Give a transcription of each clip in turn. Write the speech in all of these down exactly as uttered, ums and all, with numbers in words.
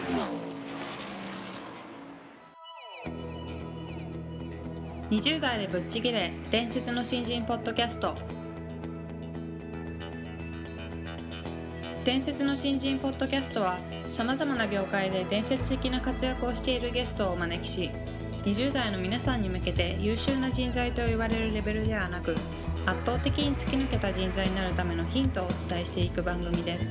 にじゅう代でぶっちぎれ伝説の新人ポッドキャスト。伝説の新人ポッドキャストはさまざまな業界で伝説的な活躍をしているゲストをお招きし、にじゅう代の皆さんに向けて優秀な人材と言われるレベルではなく、圧倒的に突き抜けた人材になるためのヒントをお伝えしていく番組です。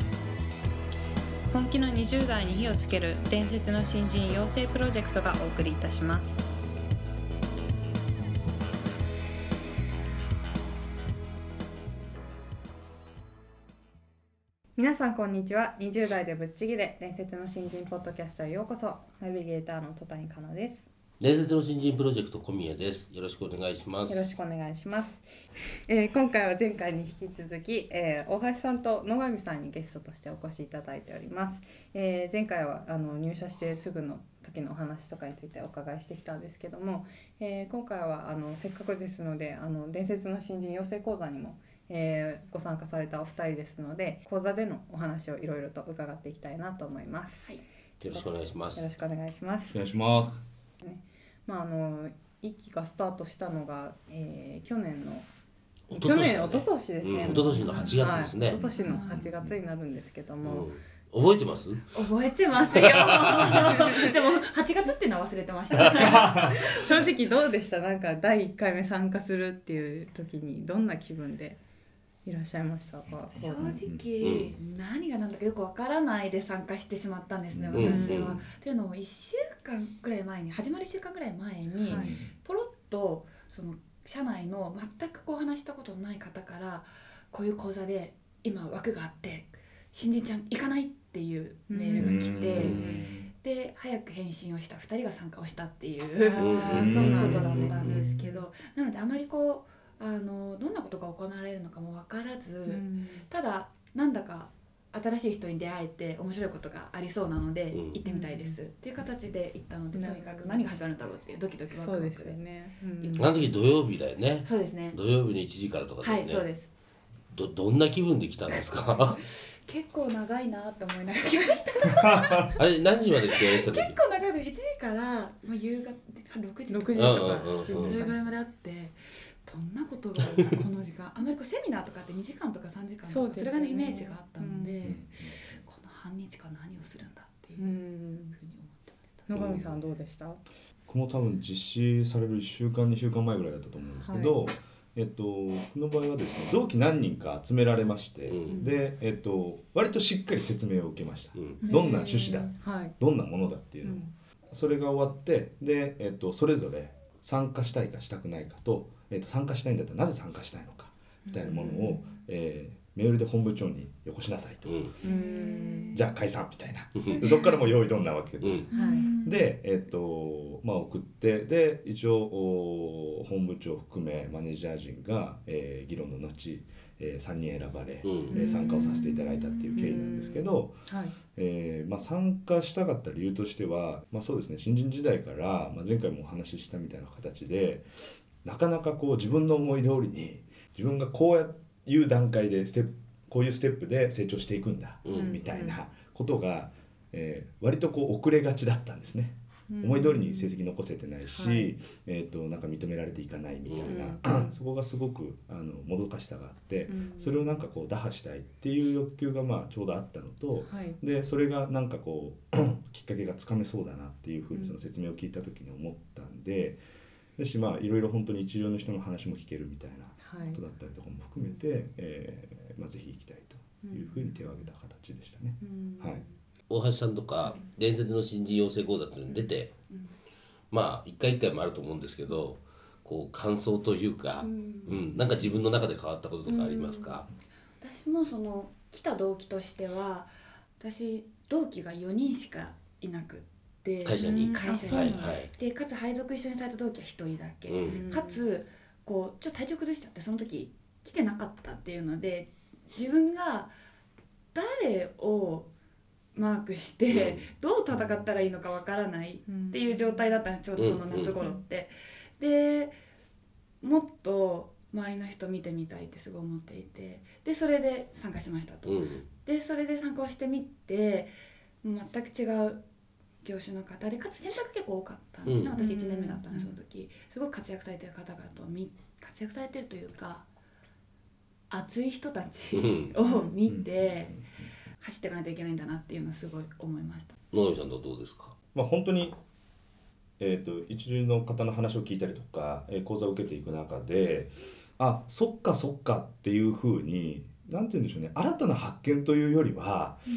本気のにじゅう代に火をつける伝説の新人養成プロジェクトがお送りいたします。皆さんこんにちは。にじゅう代でぶっちぎれ伝説の新人ポッドキャストへようこそ。ナビゲーターの戸谷香奈です。 伝説の新人プロジェクト小宮です。よろしくお願いします。 よろしくお願いします。えー、今回は前回に引き続き、えー、大橋さんと野上さんにゲストとしてお越しいただいております。えー、前回はあの入社してすぐの時のお話とかについてお伺いしてきたんですけども、えー、今回はあのせっかくですので、あの伝説の新人養成講座にもえー、ご参加されたお二人ですので、講座でのお話をいろいろと伺っていきたいなと思います。はい、 よろしくお願いします。 よろしくお願いします。 お願いします。 ね、まああの一期がスタートしたのが、えー、去年の去年一昨年ですね。 一昨年のはちがつですね。 はい、一昨年のはちがつになるんですけども。 うん、覚えてます？ 覚えてますよ。でもはちがつっていうのは忘れてました。 正直どうでした？なんかだいいっかいめ参加するっていう時にどんな気分でいらっしゃいましたか？ 正直、うん、何が何だかよくわからないで参加してしまったんですね、 うん、 私は。うん、というのもいっしゅうかんくらい前に始まるいっしゅうかんくらい前に、はい、ポロッとその社内の全くこう話したことのない方からこういう講座で今枠があって新人ちゃん行かないっていうメールが来て、で早く返信をしたふたりが参加をしたっていうことだったんですけど、なのであまりこうあのどんなことが行われるのかも分からず、うん、ただなんだか新しい人に出会えて面白いことがありそうなので、うん、行ってみたいです、うん、っていう形で行ったので、とにかく何が始まるんだろうっていうドキドキワクワクで。そうですね。 うん、あの時土曜日だよね。 そうですね。 土曜日のいちじからとかだよね。 はい、そうです。 ど, どんな気分で来たんですか？ 結構長いなと思いながら来ましたあれ何時までってやつだっけ？ 結構長いのいちじから、まあ、夕方ろくじとかしちじそれぐらいまであって、どんなことがこの時間あんまりこうセミナーとかってにじかんとかさんじかんとか そ, それがねイメージがあったので、うん、この半日間何をするんだっていうふうに思ってました。 野上さんどうでした？ 僕も多分実施されるいっしゅうかんにしゅうかんまえぐらいだったと思うんですけど、はい、えっと、僕の場合はですね、同期何人か集められまして、うん、で、えっと、割としっかり説明を受けました、うん、どんな趣旨だ、はい、どんなものだっていうのを、うん、それが終わってで、えっと、それぞれ参加したいかしたくないかと、えっと、参加したいんだったらなぜ参加したいのかみたいなものを、うんえー、メールで本部長によこしなさいと、うん、じゃあ解散みたいなそこからもう用意どんなわけです、うん、で、えっとまあ、送ってで一応本部長含めマネージャー陣が、えー、議論の後、えー、さんにん選ばれ、うんえー、参加をさせていただいたっていう経緯なんですけど、はいえーまあ、参加したかった理由としては、まあ、そうですね新人時代から、まあ、前回もお話ししたみたいな形でなかなかこう自分の思い通りに自分がこうやいう段階でステップこういうステップで成長していくんだ、うん、みたいなことが、えー、割とこう遅れがちだったんですね、うん、思い通りに成績残せてないし、はいえー、となんか認められていかないみたいな、うん、そこがすごくあのもどかしさがあって、うん、それをなんかこう打破したいっていう欲求がまあちょうどあったのと、はい、でそれがなんかこうきっかけがつかめそうだなっていうふうにその説明を聞いた時に思ったんで、だしまあいろいろ本当に一流の人の話も聞けるみたいなことだったりとかも含めて、はいえーまあ、ぜひ行きたいというふうに手を挙げた形でしたね、うんはい、 大橋さんとか伝説の新人養成講座っていうのに出て、うん、まあ一回一回もあると思うんですけどこう感想というか、うんうん、なんか自分の中で変わったこととかありますか？ うん、私もその来た動機としては私同期がよにんしかいなくって会社に会社に、はいはい、でかつ配属一緒にされた同期はひとりだけ、うん、かつこうちょっと体調崩しちゃってその時来てなかったっていうので自分が誰をマークして、うん、どう戦ったらいいのかわからないっていう状態だったんです、ちょうどその夏頃って、うん、でもっと周りの人見てみたいってすごい思っていてでそれで参加しましたと、うん、でそれで参加をしてみて全く違う業種の方で、かつ選択結構多かったんですね、うん、私いちねんめだったのでその時すごく活躍されてる方々と活躍されてるというか熱い人たちを見て走っていかないといけないんだなっていうのをすごい思いました。 野上さんとどうですか？ まあ、本当に、えー、と一流の方の話を聞いたりとか、えー、講座を受けていく中であそっかそっかっていうふうになんて言うんでしょうね、新たな発見というよりは、うん、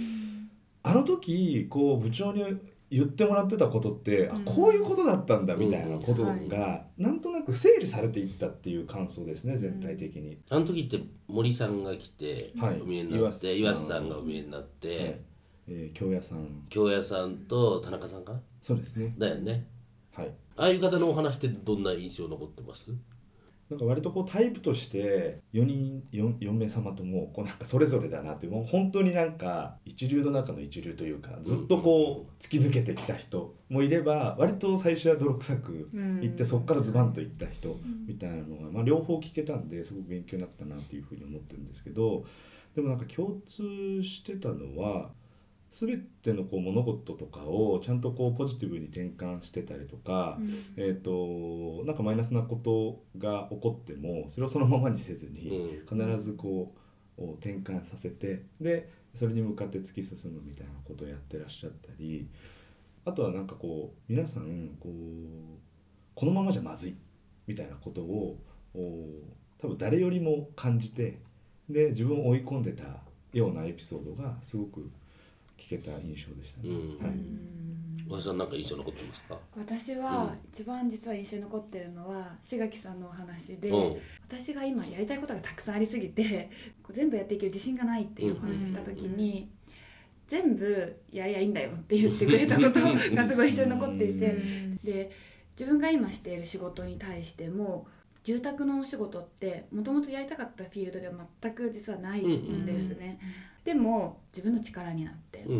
あの時こう部長に言ってもらってたことって、うん、あこういうことだったんだみたいなことが、うんはい、なんとなく整理されていったっていう感想ですね、全体的に。 あの時って森さんが来て、はい、お見えになって岩瀬さんがお見えになって、はいえー、京谷さん京谷さんと田中さんかな。 そうですね。 だよね。 はい。 ああいう方のお話ってどんな印象残ってます？ なんか割とこうタイプとしてよにん 4, 4名様ともこうなんかそれぞれだなって、もう本当になんか一流の中の一流というかずっとこう突き抜けてきた人もいれば、割と最初は泥臭くいってそこからズバンといった人みたいなのが、まあ、両方聞けたんですごく勉強になったなっていうふうに思ってるんですけど、でもなんか共通してたのは全てのこう物事とかをちゃんとこうポジティブに転換してたりとか、うん、えーと、なんかマイナスなことが起こってもそれをそのままにせずに必ずこう転換させて、でそれに向かって突き進むみたいなことをやってらっしゃったり、あとはなんかこう皆さんこうこのままじゃまずいみたいなことを多分誰よりも感じて、で自分を追い込んでたようなエピソードがすごく聞けた印象でしたね。うんはい。 和田さんなんか印象残ってますか？ 私は一番実は印象に残ってるのは志垣さんのお話で、うん、私が今やりたいことがたくさんありすぎて全部やっていける自信がないっていうお話をした時に、うん、全部やりゃいいんだよって言ってくれたことがすごい印象に残っていて、で自分が今している仕事に対しても住宅のお仕事ってもともとやりたかったフィールドでは全く実はないんですね、うんうん、でも自分の力になって、うん、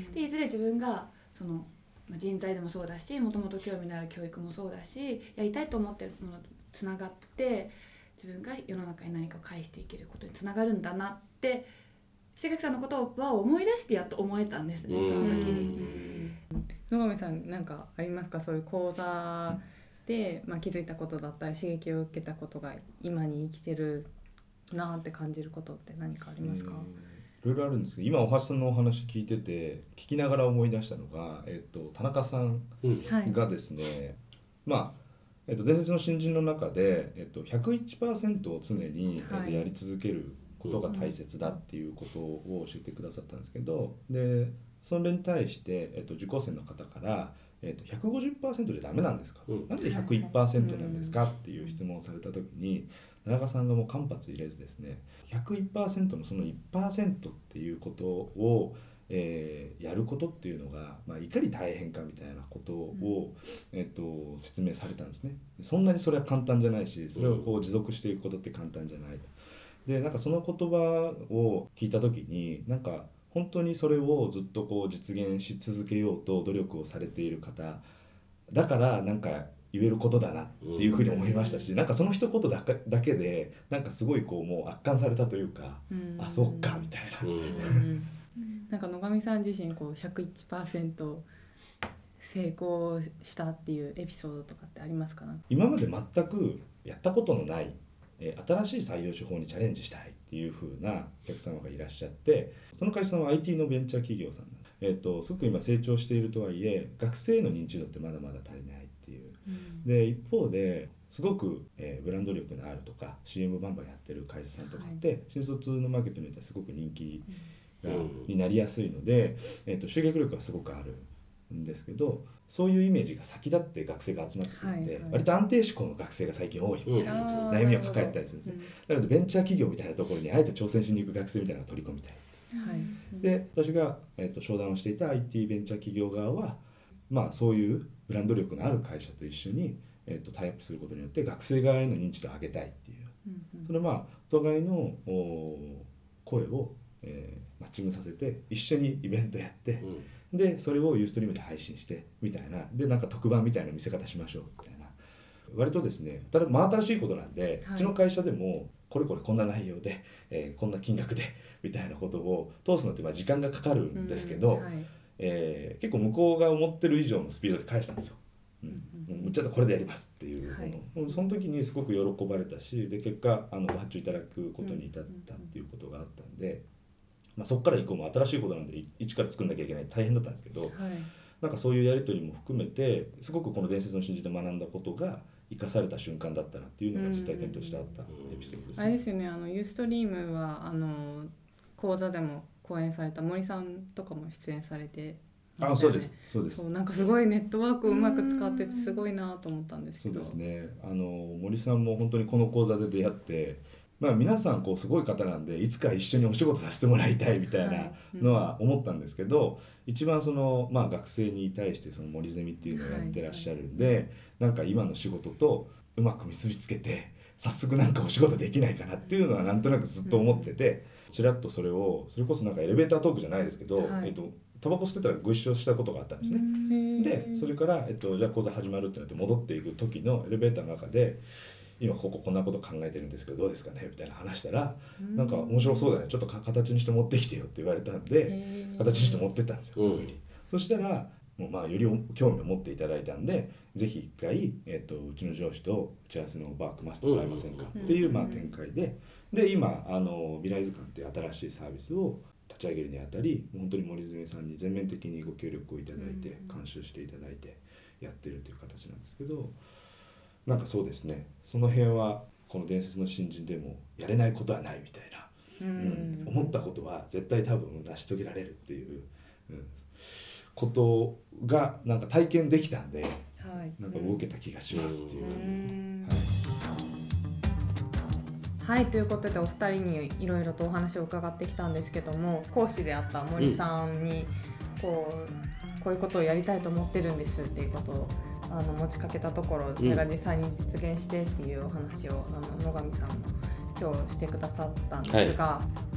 でいずれ自分がその人材でもそうだし、もともと興味のある教育もそうだし、やりたいと思ってるものとつながって自分が世の中に何かを返していけることにつながるんだなって志垣さんのことは思い出してやっと思えたんですね、その時に。 野上さんなんかありますか？そういう講座で、まあ、気づいたことだったり刺激を受けたことが今に生きてるなって感じることって何かありますか？ いろいろあるんですけど、今おはしさんのお話聞いてて聞きながら思い出したのが、えっと、田中さんがですね、うん、まあ、えっと、伝説の新人の中で、えっと、ひゃくいちパーセント を常に、はい、えっと、やり続けることが大切だっていうことを教えてくださったんですけど、でそれに対して、えっと、受講生の方からえー、と ひゃくごじゅっパーセント じゃダメなんですか、うん、なんで ひゃくいちパーセント なんですかっていう質問をされた時に田中さんがもう間髪入れずですね ひゃくいちパーセント のその いちパーセント っていうことを、えー、やることっていうのが、まあ、いかに大変かみたいなことを、うんえー、と説明されたんですね。そんなにそれは簡単じゃないし、それをこう持続していくことって簡単じゃない。でなんかその言葉を聞いた時になんか本当にそれをずっとこう実現し続けようと努力をされている方だからなんか言えることだなっていうふうに思いましたし、うん、なんかその一言だけ、だけでなんかすごいこうもう圧巻されたというか、うん、あそっかみたいな、うん、 なんか野上さん自身こう ひゃくいちパーセント 成功したっていうエピソードとかってありますか？ 今まで全くやったことのない新しい採用手法にチャレンジしたいっていう風なお客様がいらっしゃって、その会社さんは アイティー のベンチャー企業さんなんです。えーと、すごく今成長しているとはいえ学生の認知度ってまだまだ足りないっていう、うん、で一方ですごく、えー、ブランド力のあるとか シーエム バンバンやってる会社さんとかって、はい、新卒のマーケットによってはすごく人気が、うん、になりやすいので、えーと、集客力がすごくあるんですけど、そういうイメージが先立って学生が集まってくるので、はいはい、割と安定志向の学生が最近多いみたいな悩みを抱えたりするんですね、うん、なのでベンチャー企業みたいなところにあえて挑戦しに行く学生みたいなのを取り込みたい、はい、で私が、えーと、商談をしていた アイティー ベンチャー企業側は、まあ、そういうブランド力のある会社と一緒に、えーと、タイアップすることによって学生側への認知度を上げたいっていう、うんうん、それはまあお互いの声を、えー、マッチングさせて一緒にイベントやって、うん、でそれをユーストリームで配信してみたいな、でなんか特番みたいな見せ方しましょうみたいな、割とですねただ真新しいことなんで、はい、うちの会社でもこれこれこんな内容で、えー、こんな金額でみたいなことを通すのってまあ時間がかかるんですけど、うんはい、 えー、結構向こうが思ってる以上のスピードで返したんですよ。うん、ちょっとこれでやりますっていう、はい、その時にすごく喜ばれたし、で結果あのご発注いただくことに至ったっていうことがあったんで、まあ、そこから以降も新しいことなんで一から作んなきゃいけない大変だったんですけど、はい、なんかそういうやり取りも含めてすごくこの伝説の新人で学んだことが生かされた瞬間だったなっていうのが実体験としてあったエピソードですね。 あれですよね、あのユーストリームはあの講座でも講演された森さんとかも出演されて、 あ、そうですそうです。 そう、なんかすごいネットワークをうまく使っててすごいなと思ったんですけど。 そうですね、あの森さんも本当にこの講座で出会って、まあ、皆さんこうすごい方なんでいつか一緒にお仕事させてもらいたいみたいなのは思ったんですけど、はい、うん、一番その、まあ、学生に対してその森ゼミっていうのをやってらっしゃるんで、はいはい、なんか今の仕事とうまく結びつけて早速なんかお仕事できないかなっていうのはなんとなくずっと思ってて、うん、ちらっとそれをそれこそなんかエレベータートークじゃないですけど、はい、えっとタバコ吸ってたらご一緒したことがあったんですね。でそれから、えっと、じゃあ講座始まるってなって戻っていく時のエレベーターの中で今こここんなこと考えてるんですけどどうですかねみたいな話したら、なんか面白そうだね、ちょっと形にして持ってきてよって言われたんで形にして持ってったんですよ、すぐに。そしたらもうまあより興味を持っていただいたんで、ぜひ一回、えっと、うちの上司と打ち合わせの場組ませてもらえませんかっていうまあ展開で、で今あの未来図鑑っていう新しいサービスを立ち上げるにあたり本当に森住さんに全面的にご協力をいただいて監修していただいてやってるという形なんですけど、なんかそうですね、その辺はこの伝説の新人でもやれないことはないみたいな、うん、思ったことは絶対多分成し遂げられるっていう、うん、ことがなんか体験できたんで、はい、なんか動けた気がしますっていう感じですね。 はい、ということでお二人にいろいろとお話を伺ってきたんですけども、講師であった森さんにこう、こういうことをやりたいと思ってるんですっていうことをあの持ちかけたところ、それが実際に実現してっていうお話をあの野上さんも今日してくださったんですが、はい、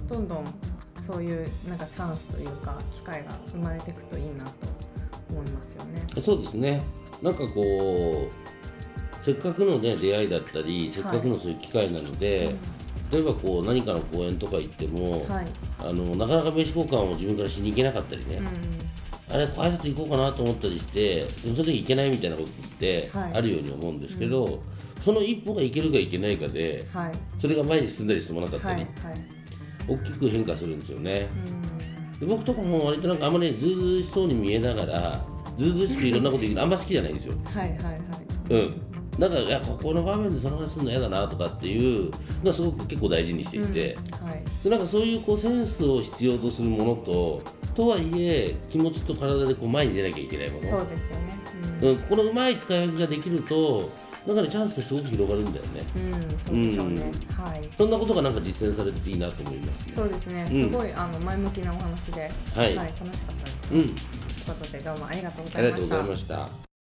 どんどんそういうなんかチャンスというか機会が生まれていくといいなと思いますよね。 そうですね、なんかこうせっかくの、ね、出会いだったりせっかくのそういう機会なので、はい、例えばこう何かの講演とか行っても、はい、あのなかなか名刺交換を自分からしに行けなかったりね、うん、あれ挨拶行こうかなと思ったりしてでもその時行けないみたいなことってあるように思うんですけど、はい、うん、その一歩が行けるか行けないかで、はい、それが前に進んだり進まなかったり、はいはい、大きく変化するんですよね、うん、で僕とかも割となんかあんまりずうずうしそうに見えながらずうずうしくいろんなこと言うのあんま好きじゃないんですよ。はいはいはい、うん、だからいやここの場面でその話するの嫌だなとかっていうのはすごく結構大事にしていて、うん、はい、でなんかそういうこうセンスを必要とするものととはいえ気持ちと体でこう前に出なきゃいけないもの、 そうですよね、 うん、このうまい使い分けができるとなんかねチャンスってすごく広がるんだよね。 うん、そうでしょうね、うん、はい、 そんなことがなんか実践されていいなと思いますね。 そうですね、すごい、うん、あの前向きなお話で、はい、はい、楽しかったです、ね、うん、ということでどうもありがとうございました。 ありがとうございました。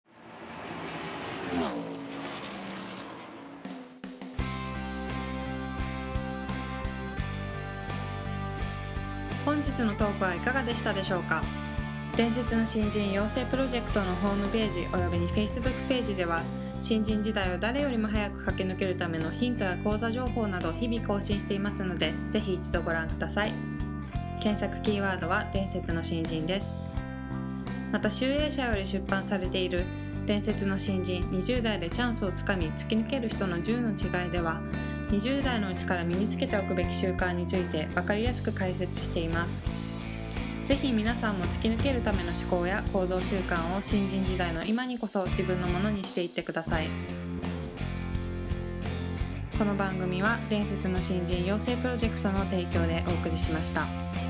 本日のトークはいかがでしたでしょうか。伝説の新人養成プロジェクトのホームページおよびに Facebook ページでは新人時代を誰よりも早く駆け抜けるためのヒントや講座情報など日々更新していますので、ぜひ一度ご覧ください。検索キーワードは伝説の新人です。また集英社より出版されている伝説の新人にじゅう代でチャンスをつかみ突き抜ける人のじゅうの違いでは、にじゅう代のうちから身につけておくべき習慣について分かりやすく解説しています。ぜひ皆さんも突き抜けるための思考や行動習慣を新人時代の今にこそ自分のものにしていってください。この番組は伝説の新人養成プロジェクトの提供でお送りしました。